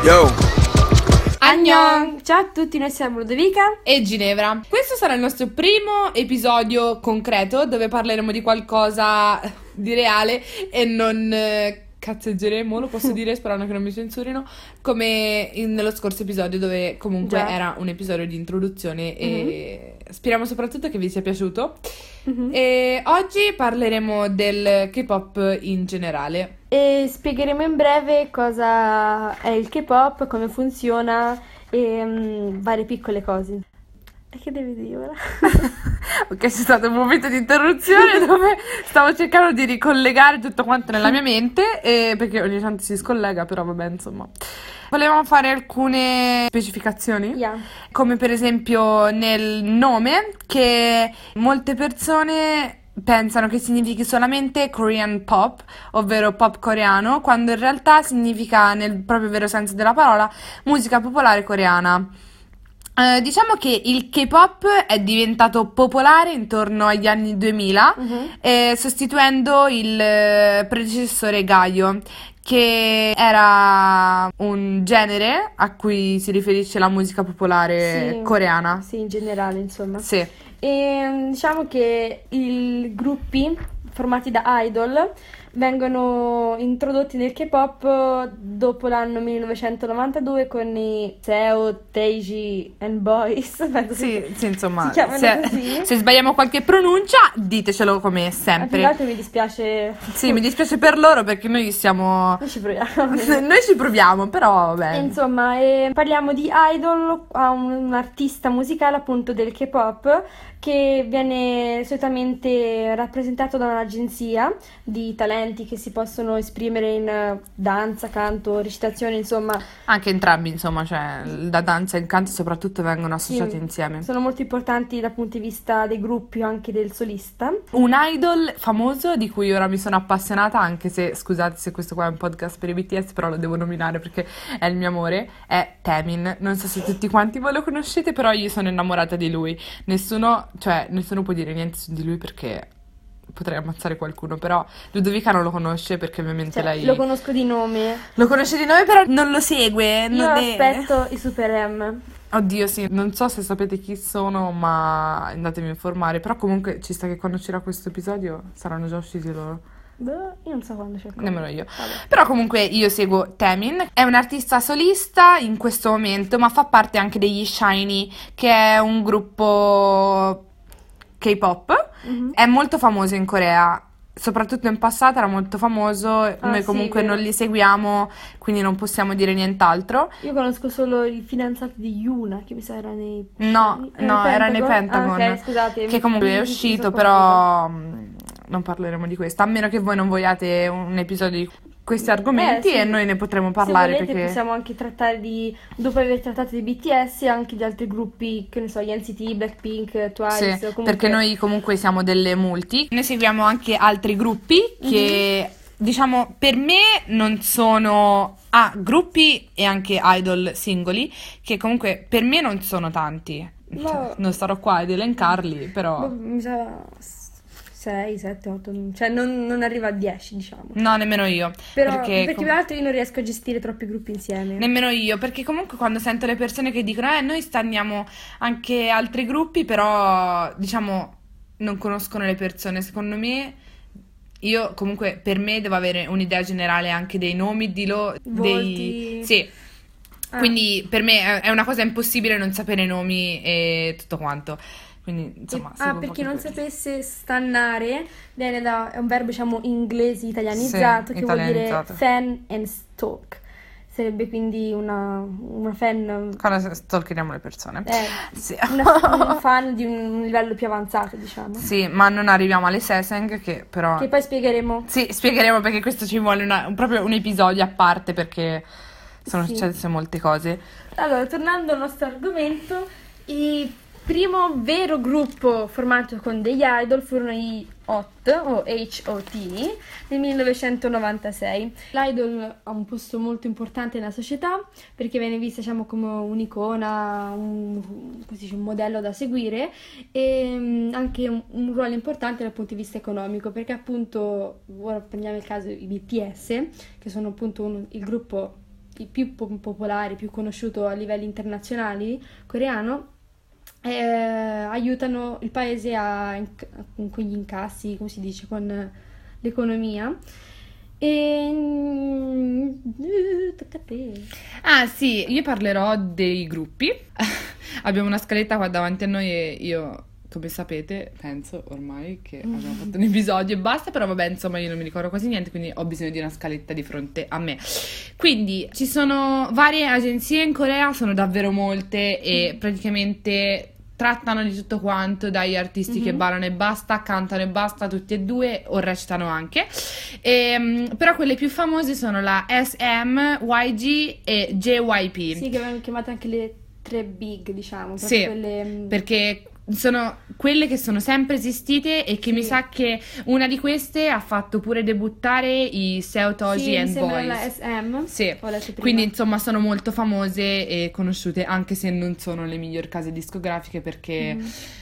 Yo! Annyeong! Ciao a tutti, noi siamo Ludovica e Ginevra. Questo sarà il nostro primo episodio concreto dove parleremo di qualcosa di reale e non cazzeggeremo, lo posso dire sperando che non mi censurino, come nello scorso episodio dove comunque era un episodio di introduzione e speriamo soprattutto che vi sia piaciuto. E oggi parleremo del K-pop in generale. E spiegheremo in breve cosa è il K-pop, come funziona e varie piccole cose. E che devi dire ora? Ok, c'è stato un momento di interruzione dove stavo cercando di ricollegare tutto quanto nella mia mente, perché ogni tanto si scollega, però vabbè, insomma. Volevamo fare alcune specificazioni, come per esempio nel nome, che molte persone pensano che significhi solamente Korean pop, ovvero pop coreano, quando in realtà significa, nel proprio vero senso della parola, musica popolare coreana. Diciamo che il K-pop è diventato popolare intorno agli anni 2000, sostituendo il predecessore Gayo, che era un genere a cui si riferisce la musica popolare coreana. Sì, in generale, insomma. Sì. E diciamo che i gruppi formati da idol vengono introdotti nel K-pop dopo l'anno 1992 con i Seo, Taeji and Boys. Sì, insomma, così. Se sbagliamo qualche pronuncia, ditecelo come sempre. A mi dispiace. Sì, mi dispiace per loro perché noi siamo... Noi ci proviamo. Noi ci proviamo, però vabbè. Insomma, parliamo di idol, un artista musicale appunto del K-pop che viene solitamente rappresentato da un'agenzia di talenti che si possono esprimere in danza, canto, recitazione, insomma. Anche entrambi, insomma, cioè la danza e il canto soprattutto vengono associati insieme. Sono molto importanti dal punto di vista dei gruppi o anche del solista. Un idol famoso di cui ora mi sono appassionata, anche se, scusate se questo qua è un podcast per i BTS, però lo devo nominare perché è il mio amore, è Taemin. Non so se tutti quanti voi lo conoscete, però io sono innamorata di lui. Nessuno può dire niente su di lui perché potrei ammazzare qualcuno, però Ludovica non lo conosce perché ovviamente lei... Lo conosco di nome. Lo conosce di nome, però non lo segue. Io aspetto i Super M. Oddio, sì, non so se sapete chi sono, ma andatemi a informare. Però comunque ci sta che quando uscirà questo episodio saranno già usciti loro. Io non so quando c'è. Nemmeno io. Vabbè. Però comunque io seguo Taemin. È un artista solista in questo momento, ma fa parte anche degli SHINee, che è un gruppo K-pop. È molto famoso in Corea, soprattutto in passato era molto famoso. Noi comunque non li seguiamo, quindi non possiamo dire nient'altro. Io conosco solo il fidanzato di Yuna, che mi sa era nei... No, era nei Pentagon. Ok, scusate. Che comunque è uscito, però non parleremo di questo, a meno che voi non vogliate un episodio di questi argomenti e noi ne potremo parlare. Se volete, perché possiamo anche trattare dopo aver trattato di BTS, anche di altri gruppi, che ne so, gli NCT, Blackpink, Twice. Sì, perché noi comunque siamo delle multi. Noi seguiamo anche altri gruppi che, diciamo, per me non sono... gruppi e anche idol singoli, che comunque per me non sono tanti. No. Non starò qua ad elencarli, però... Mi sa 6, 7, 8, cioè non arriva a 10, diciamo. No, nemmeno io. Però, perché tra l'altro io non riesco a gestire troppi gruppi insieme. Nemmeno io, perché comunque quando sento le persone che dicono noi stanniamo anche altri gruppi, però diciamo non conoscono le persone, secondo me... Io comunque per me devo avere un'idea generale anche dei nomi, Volti. Sì. Quindi per me è una cosa impossibile non sapere i nomi e tutto quanto. Quindi insomma, perché non sapesse, stannare viene è un verbo diciamo inglese italianizzato, che vuol dire fan and stalk. Sarebbe quindi una fan. Quando stalkeriamo le persone. Sì. Un fan di un livello più avanzato, diciamo. Sì, ma non arriviamo alle Seseng, che però... Che poi spiegheremo. Sì, spiegheremo perché questo ci vuole proprio un episodio a parte, perché sono successe molte cose. Allora, tornando al nostro argomento, il primo vero gruppo formato con degli idol furono i HOT o HOT nel 1996. L'idol ha un posto molto importante nella società perché viene vista diciamo come un'icona, un modello da seguire e anche un ruolo importante dal punto di vista economico, perché appunto ora prendiamo il caso i BTS, che sono appunto il gruppo il più popolare, più conosciuto a livelli internazionali, coreano, aiutano il paese con gli incassi, come si dice, con l'economia. E tocca a te. Ah sì, io parlerò dei gruppi. Abbiamo una scaletta qua davanti a noi e io, come sapete, penso ormai che abbiamo fatto un episodio e basta, però vabbè, insomma, io non mi ricordo quasi niente, quindi ho bisogno di una scaletta di fronte a me. Quindi ci sono varie agenzie in Corea, sono davvero molte e praticamente trattano di tutto quanto, dagli artisti che ballano e basta, cantano e basta, tutti e due, o recitano anche. Però quelle più famose sono la SM, YG e JYP. Sì, che vengono chiamate anche le 3 big, diciamo. Sì, quelle... perché sono quelle che sono sempre esistite e che mi sa che una di queste ha fatto pure debuttare i Seo Toji and Boys. La SM. Sì, Ho letto prima. quindi insomma sono molto famose e conosciute, anche se non sono le migliori case discografiche, perché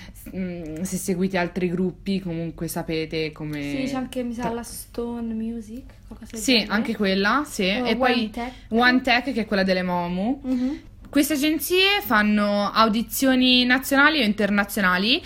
se seguite altri gruppi comunque sapete come... Sì, c'è anche, mi sa, la Stone Music, qualcosa del Sì, genere. anche quella, sì. E poi One Tech, che è quella delle Momu. Queste agenzie fanno audizioni nazionali o internazionali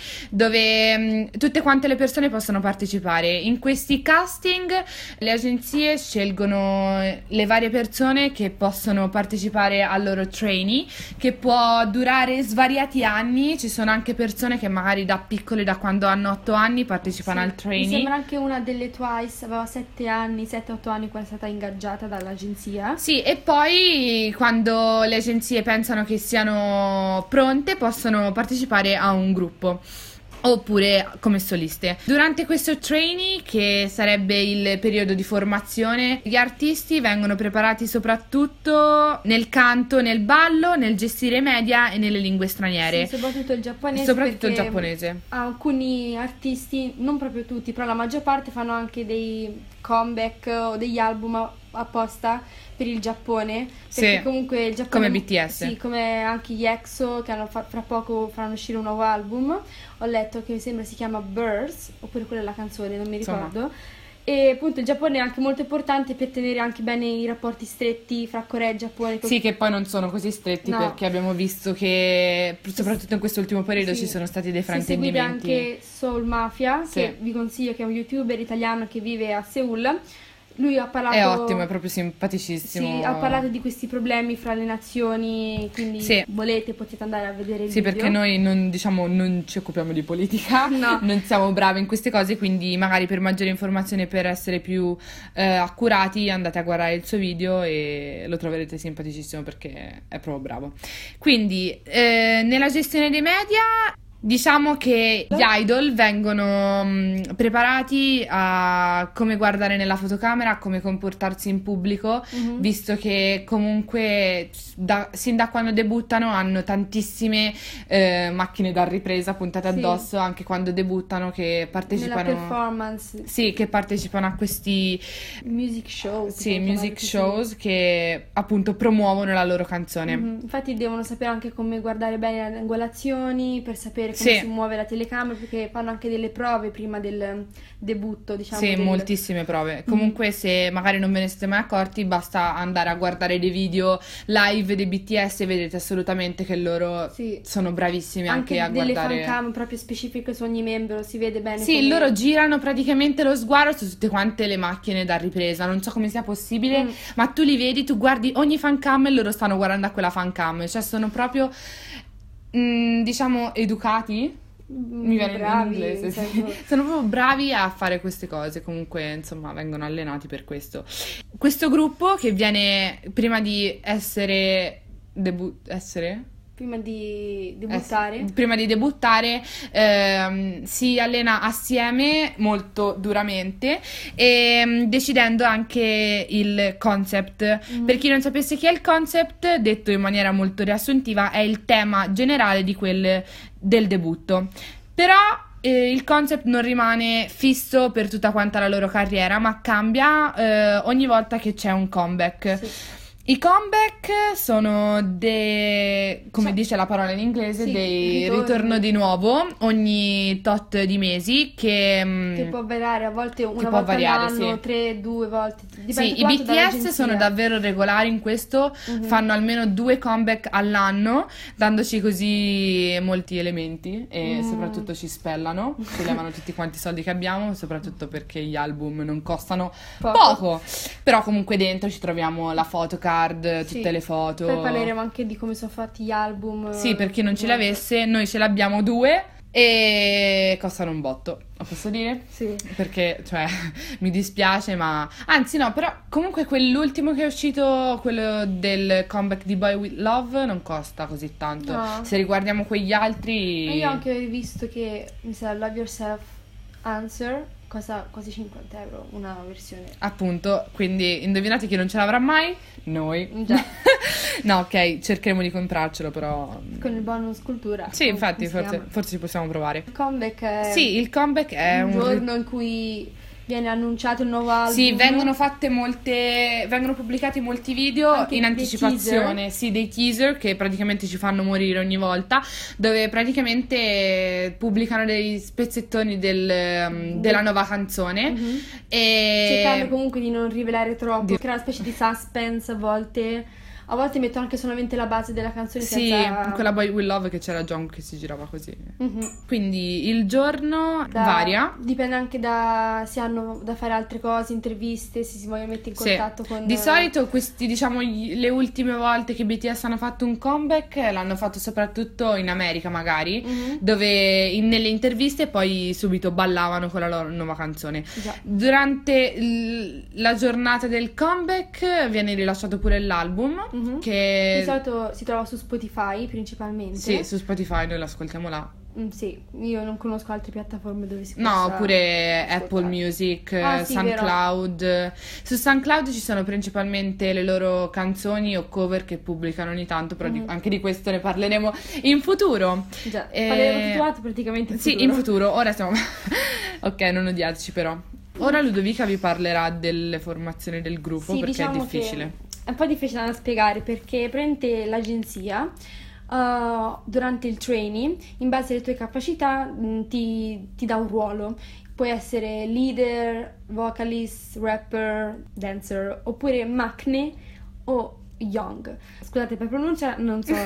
dove tutte quante le persone possono partecipare. In questi casting le agenzie scelgono le varie persone che possono partecipare al loro trainee, che può durare svariati anni. Ci sono anche persone che magari da piccole, da quando hanno 8 anni, partecipano al trainee. Mi sembra anche una delle Twice, aveva 7-8 anni quando è stata ingaggiata dall'agenzia. Sì, e poi quando le agenzie pensano che siano pronte, possono partecipare a un gruppo oppure come soliste. Durante questo trainee, che sarebbe il periodo di formazione, gli artisti vengono preparati soprattutto nel canto, nel ballo, nel gestire i media e nelle lingue straniere. Sì, soprattutto il giapponese. Soprattutto il giapponese. Alcuni artisti, non proprio tutti, però la maggior parte fanno anche dei comeback o degli album apposta per il Giappone, perché sì, comunque il Giappone, come BTS. sì, come anche gli EXO, che fra poco faranno uscire un nuovo album. Ho letto che mi sembra si chiama Birds, oppure quella è la canzone, non mi ricordo. Insomma. E appunto il Giappone è anche molto importante per tenere anche bene i rapporti stretti fra Corea e Giappone. Sì, che poi non sono così stretti, no, perché abbiamo visto che soprattutto in quest'ultimo periodo ci sono stati dei fraintendimenti. Se seguite anche Soul Mafia, che vi consiglio, che è un youtuber italiano che vive a Seoul. Lui ha parlato... È ottimo, è proprio simpaticissimo. Sì, ha parlato di questi problemi fra le nazioni, quindi volete potete andare a vedere il video. Sì, perché noi non ci occupiamo di politica, no, non siamo bravi in queste cose, quindi magari per maggiore informazione, per essere più accurati, andate a guardare il suo video e lo troverete simpaticissimo perché è proprio bravo. Quindi, nella gestione dei media... Diciamo che gli idol vengono preparati a come guardare nella fotocamera, a come comportarsi in pubblico, visto che comunque sin da quando debuttano hanno tantissime macchine da ripresa puntate addosso, anche quando debuttano, che partecipano... Nella performance. Sì, che partecipano a questi... music show. Sì, music shows che appunto promuovono la loro canzone. Infatti devono sapere anche come guardare bene le angolazioni, per sapere come si muove la telecamera, perché fanno anche delle prove prima del debutto, diciamo. Sì, moltissime prove. Comunque, se magari non ve ne siete mai accorti, basta andare a guardare dei video live dei BTS e vedete assolutamente che loro sono bravissimi anche a guardare. Anche delle fancam proprio specifiche su ogni membro, si vede bene. Sì, loro girano praticamente lo sguardo su tutte quante le macchine da ripresa. Non so come sia possibile, ma tu li vedi, tu guardi ogni fancam e loro stanno guardando a quella fancam. Cioè sono proprio... diciamo educati, mi viene bravi, in inglese, sì. Sono proprio bravi a fare queste cose, comunque insomma vengono allenati per questo. Questo gruppo, che viene prima di debuttare si allena assieme molto duramente, e decidendo anche il concept. Per chi non sapesse che è il concept, detto in maniera molto riassuntiva, è il tema generale del debutto. Però il concept non rimane fisso per tutta quanta la loro carriera, ma cambia ogni volta che c'è un comeback. I comeback sono come Cioè, dice la parola in inglese, sì, dei ritorno. ritorno di nuovo ogni tot di mesi Che può variare a volte una può volta variare, all'anno, sì. 3, 2 volte. Dipende Sì, i quanto BTS dall'agenzia. sono davvero regolari in questo, fanno almeno 2 comeback all'anno, dandoci così molti elementi e soprattutto ci spellano, ci levano tutti quanti i soldi che abbiamo, soprattutto perché gli album non costano poco. Però comunque dentro ci troviamo la photocard, tutte le foto. Poi parleremo anche di come sono fatti gli album. Sì, per chi non ce l'avesse, noi ce l'abbiamo 2 e costano un botto. Lo posso dire? Sì. Perché, cioè, mi dispiace, ma... Anzi, no, però comunque quell'ultimo che è uscito, quello del comeback di Boy With Love, non costa così tanto. No. Se riguardiamo quegli altri... Ma io ho anche visto che, mi sa, Love Yourself Answer costa quasi 50 euro una versione. Appunto, quindi indovinate chi non ce l'avrà mai? Noi. Già. No, ok, cercheremo di comprarcelo, però... Con il bonus cultura. Sì, infatti, come si chiama? forse ci possiamo provare. Il comeback è Sì, il comeback è un giorno in cui viene annunciato il nuovo album. Sì, vengono pubblicati molti video Anche in dei anticipazione, teaser. sì, dei teaser che praticamente ci fanno morire ogni volta, dove praticamente pubblicano dei spezzettoni della nuova canzone Cercando e comunque di non rivelare troppo, crea una specie di suspense a volte. A volte mettono anche solamente la base della canzone sì, senza... quella Boy Will Love che c'era John che si girava così. Mhm. Quindi il giorno varia. Dipende anche da se hanno da fare altre cose, interviste, se si vogliono mettere in Sì. contatto con... Di solito questi, diciamo, le ultime volte che i BTS hanno fatto un comeback l'hanno fatto soprattutto in America magari, dove nelle interviste poi subito ballavano con la loro nuova canzone. Già. Durante la giornata del comeback viene rilasciato pure l'album, Di che solito si trova su Spotify principalmente. sì, su Spotify noi l'ascoltiamo là. Sì, io non conosco altre piattaforme dove si No, possa oppure ascoltare. Apple Music, Ah, sì, SoundCloud. Su SoundCloud ci sono principalmente le loro canzoni o cover che pubblicano ogni tanto, però anche di questo ne parleremo in futuro. Già, parleremo tutto altro praticamente in Sì, futuro. in futuro. Ora siamo... Ok, non odiateci però. Ora Ludovica vi parlerà delle formazioni del gruppo, Sì, perché diciamo è difficile. che è un po' difficile da spiegare perché prende l'agenzia durante il training, in base alle tue capacità, ti dà un ruolo. Puoi essere leader, vocalist, rapper, dancer, oppure maknae o young. Scusate per pronuncia, non so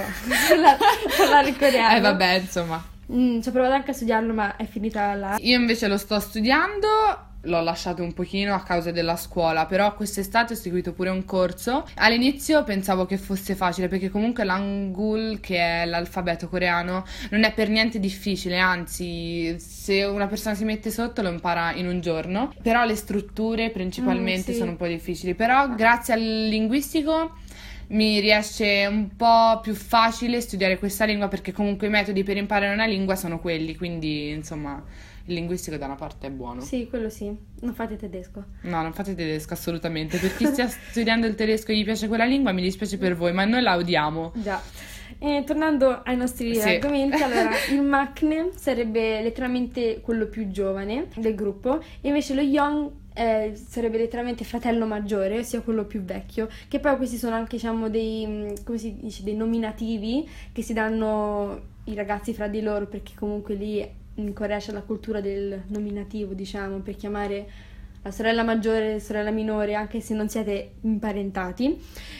parlare coreano. Vabbè, insomma. Ci ho provato anche a studiarlo, ma è finita là. Io invece lo sto studiando, l'ho lasciato un pochino a causa della scuola, però quest'estate ho seguito pure un corso. All'inizio pensavo che fosse facile, perché comunque l'Hangul, che è l'alfabeto coreano, non è per niente difficile, anzi, se una persona si mette sotto lo impara in un giorno. Però le strutture principalmente sì. sono un po' difficili, però grazie al linguistico mi riesce un po' più facile studiare questa lingua, perché comunque i metodi per imparare una lingua sono quelli, quindi insomma il linguistico da una parte è buono. Sì, quello sì. Non fate tedesco. No, non fate tedesco assolutamente. Per chi stia studiando il tedesco e gli piace quella lingua, mi dispiace per voi, ma noi la odiamo. Già. Tornando ai nostri Sì. argomenti, allora il maknae sarebbe letteralmente quello più giovane del gruppo, e invece lo young sarebbe letteralmente fratello maggiore, ossia quello più vecchio. Che poi questi sono anche, diciamo, dei, come si dice, dei nominativi che si danno i ragazzi fra di loro, perché comunque lì in Corea c'è la cultura del nominativo, diciamo, per chiamare la sorella maggiore e la sorella minore, anche se non siete imparentati.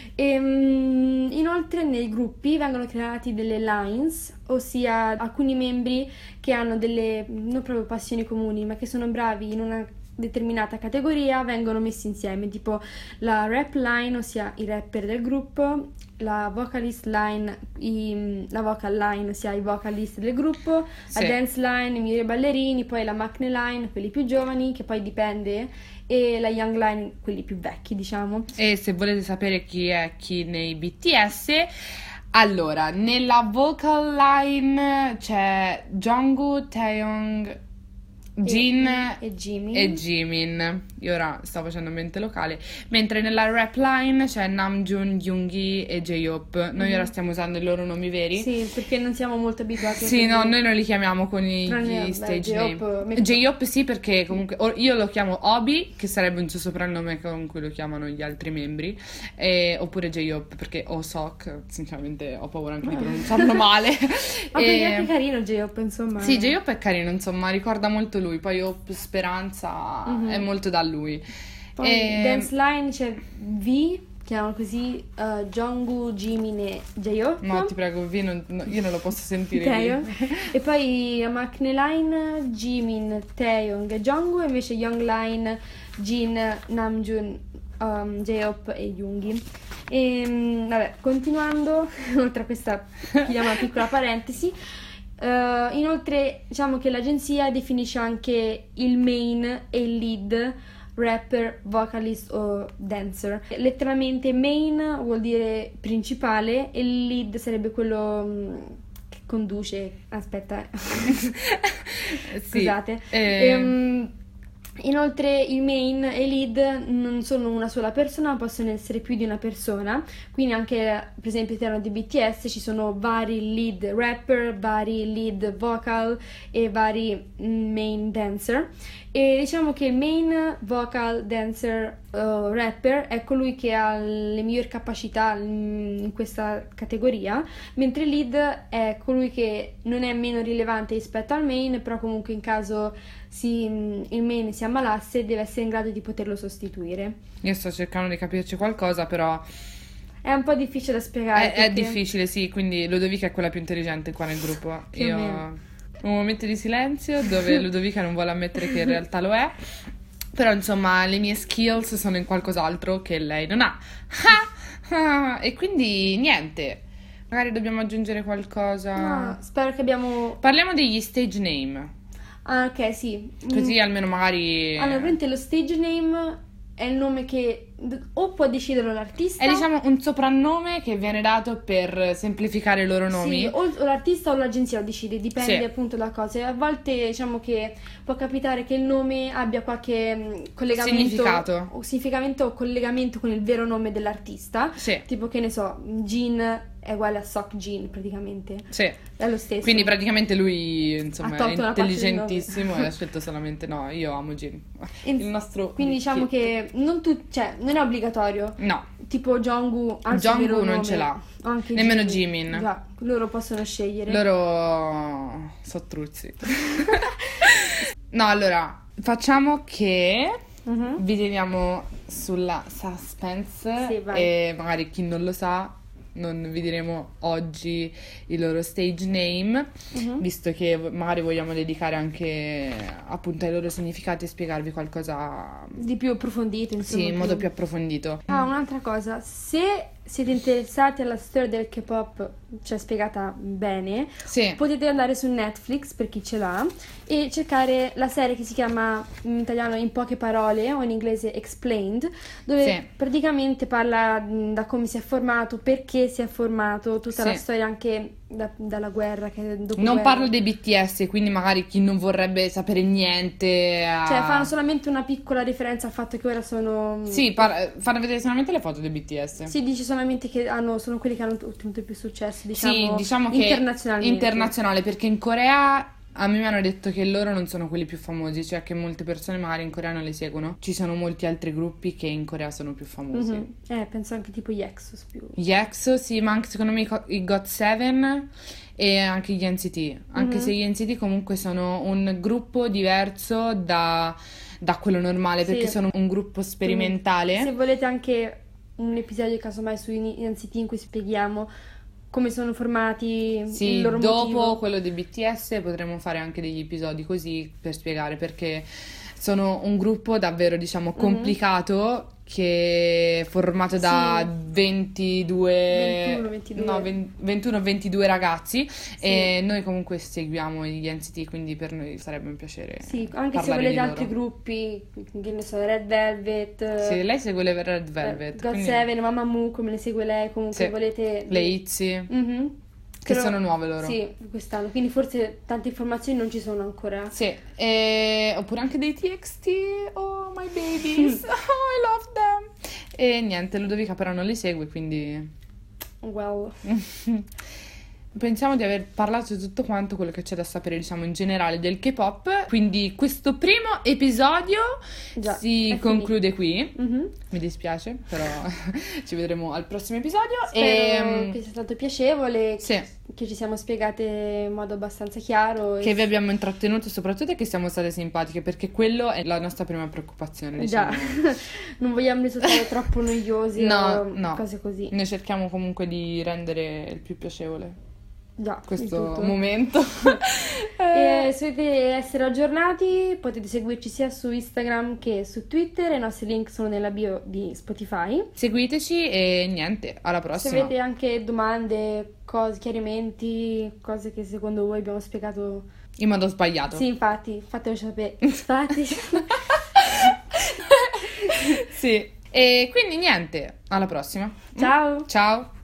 Inoltre nei gruppi vengono creati delle lines, ossia alcuni membri che hanno delle non proprio passioni comuni, ma che sono bravi in una determinata categoria, vengono messi insieme, tipo la rap line, ossia i rapper del gruppo, la vocalist line, la vocal line, ossia i vocalist del gruppo, Sì. la dance line, i miei ballerini, poi la maknae line, quelli più giovani, che poi dipende, e la young line, quelli più vecchi, diciamo. E se volete sapere chi è chi nei BTS, allora, nella vocal line c'è Jungkook, Taeyong, Jin e Jimin. e Jimin. Io ora sto facendo mente locale. Mentre nella rap line c'è Namjoon, Yoongi e J-Hope. Noi ora stiamo usando i loro nomi veri. Sì, perché non siamo molto abituati a Sì, no, quelli- noi non li chiamiamo con gli Tranne, stage J-Hope, name. mi- J-Hope sì, perché comunque io lo chiamo Obi, che sarebbe un suo soprannome con cui lo chiamano gli altri membri, oppure J-Hope, perché Sok, sinceramente ho paura anche di pronunciarlo male. Ma perché è anche carino J-Hope, insomma. Sì, J-Hope è carino, insomma, ricorda molto lui. Poi Hope Speranza è molto da lui. Poi Dance Line c'è V, chiamano così, Jungwoo, Jimin e J-Hope. No, ti prego, io non lo posso sentire. Taeyong. lì. E poi a Maknae Line Jimin, Taeyong e Jungwoo, invece Young Line Jin, Namjoon, J-Hope e Yoongi. E vabbè, continuando, oltre a questa chiamiamola piccola parentesi, inoltre diciamo che l'agenzia definisce anche il main e il lead rapper, vocalist o dancer. Letteralmente main vuol dire principale e il lead sarebbe quello che conduce. Aspetta, Sì. scusate. Inoltre i main e i lead non sono una sola persona, ma possono essere più di una persona, quindi anche per esempio all'interno di BTS ci sono vari lead rapper, vari lead vocal e vari main dancer, e diciamo che il main vocal dancer rapper è colui che ha le migliori capacità in questa categoria, mentre il lead è colui che non è meno rilevante rispetto al main, però comunque in caso il main si ammalasse deve essere in grado di poterlo sostituire. Io sto cercando di capirci qualcosa, però È un po' difficile da spiegare. è difficile, sì, quindi Ludovica è quella più intelligente qua nel gruppo. Più o Io meno. un momento di silenzio dove Ludovica non vuole ammettere che in realtà lo è. Però insomma le mie skills sono in qualcos'altro che lei non ha. E quindi niente. Magari dobbiamo aggiungere qualcosa. No, spero che abbiamo... Parliamo degli stage name. Ah, ok, sì. Così almeno magari. Allora, praticamente lo stage name è il nome che o può decidere l'artista. È diciamo un soprannome che viene dato per semplificare i loro nomi. Sì, o l'artista o l'agenzia lo decide, dipende Sì. appunto da cose. A volte diciamo che può capitare che il nome abbia qualche collegamento Significato. o collegamento con il vero nome dell'artista. Sì. Tipo che ne so, Jin è uguale a Sok Jin praticamente. Sì. È lo stesso. Quindi praticamente lui, insomma, Ha è tolto una parte del intelligentissimo nome. e ha scelto solamente no, io amo Jin. In- Il nostro Quindi diciamo che non è obbligatorio. no, Tipo Jungwoo ha il suo Jungwoo vero non nome. ce l'ha. O anche Nemmeno Jimin. Già, loro possono scegliere. loro sono truzzi. No, allora, facciamo che Mhm. vi teniamo sulla suspense Sì, vai. e magari chi non lo sa non vi diremo oggi il loro stage name, Mhm. visto che magari vogliamo dedicare anche appunto ai loro significati e spiegarvi qualcosa, Di più approfondito, insomma. sì, in modo più approfondito. Ah, un'altra cosa, se siete interessati alla storia del K-pop, cioè spiegata bene, Sì, potete andare su Netflix, per chi ce l'ha, e cercare la serie che si chiama in italiano In poche parole o in inglese Explained, dove Sì. praticamente parla da come si è formato, perché si è formato, tutta la Sì. storia anche dalla guerra, che dopo non guerra. parlo dei BTS, quindi magari chi non vorrebbe sapere niente Cioè fanno solamente una piccola riferenza al fatto che ora sono... Sì, fanno vedere solamente le foto dei BTS. Si dice solamente che sono quelli che hanno ottenuto più successo, diciamo, Sì, diciamo che internazionalmente. internazionale, perché in Corea a me mi hanno detto che loro non sono quelli più famosi, cioè che molte persone magari in Corea non li seguono. Ci sono molti altri gruppi che in Corea sono più famosi. Mhm. Penso anche tipo gli Exos più. Gli EXO, sì, ma anche secondo me i GOT7 e anche gli NCT. Anche se gli NCT comunque sono un gruppo diverso da quello normale, Sì. perché sono un gruppo sperimentale. Se volete anche un episodio casomai su NCT in cui spieghiamo come sono formati, Sì, il loro dopo motivo. quello dei BTS potremo fare anche degli episodi così per spiegare, perché sono un gruppo davvero, diciamo, complicato, che è formato da Sì. 22 21, no, 21-22 ragazzi, e noi comunque seguiamo gli NCT, quindi per noi sarebbe un piacere Sì, anche se parlare volete di altri loro. gruppi, che ne so, Red Velvet, Sì, lei segue le Red Velvet, quindi GOT7, Mamamoo, come le segue lei, comunque Sì. volete... le ITZY, Mhm. Che Però- sono nuove loro. Sì, quest'anno, quindi forse tante informazioni non ci sono ancora. Sì, oppure anche dei TXT, oh my babies, oh I love them. E niente, Ludovica però non li segue, quindi Well, pensiamo di aver parlato di tutto quanto quello che c'è da sapere, diciamo, in generale del K-pop. Quindi questo primo episodio già, si è conclude qui. Mhm. Mi dispiace, però ci vedremo al prossimo episodio. Spero che sia stato piacevole, Sì. che ci siamo spiegate in modo abbastanza chiaro. Che vi abbiamo intrattenuto, soprattutto, e che siamo state simpatiche, perché quello è la nostra prima preoccupazione, Già, diciamo. non vogliamo risultare troppo noiosi No, o no. cose così. Noi cerchiamo comunque di rendere il più piacevole Già, il questo tutto. momento. E se volete essere aggiornati potete seguirci sia su Instagram che su Twitter, i nostri link sono nella bio di Spotify. Seguiteci e niente, alla Se prossima. avete anche domande, cose, chiarimenti, cose che secondo voi abbiamo spiegato, In modo sbagliato. sì, infatti, fatemi sapere. Infatti. Sì. E quindi niente, alla prossima. Ciao! Ciao.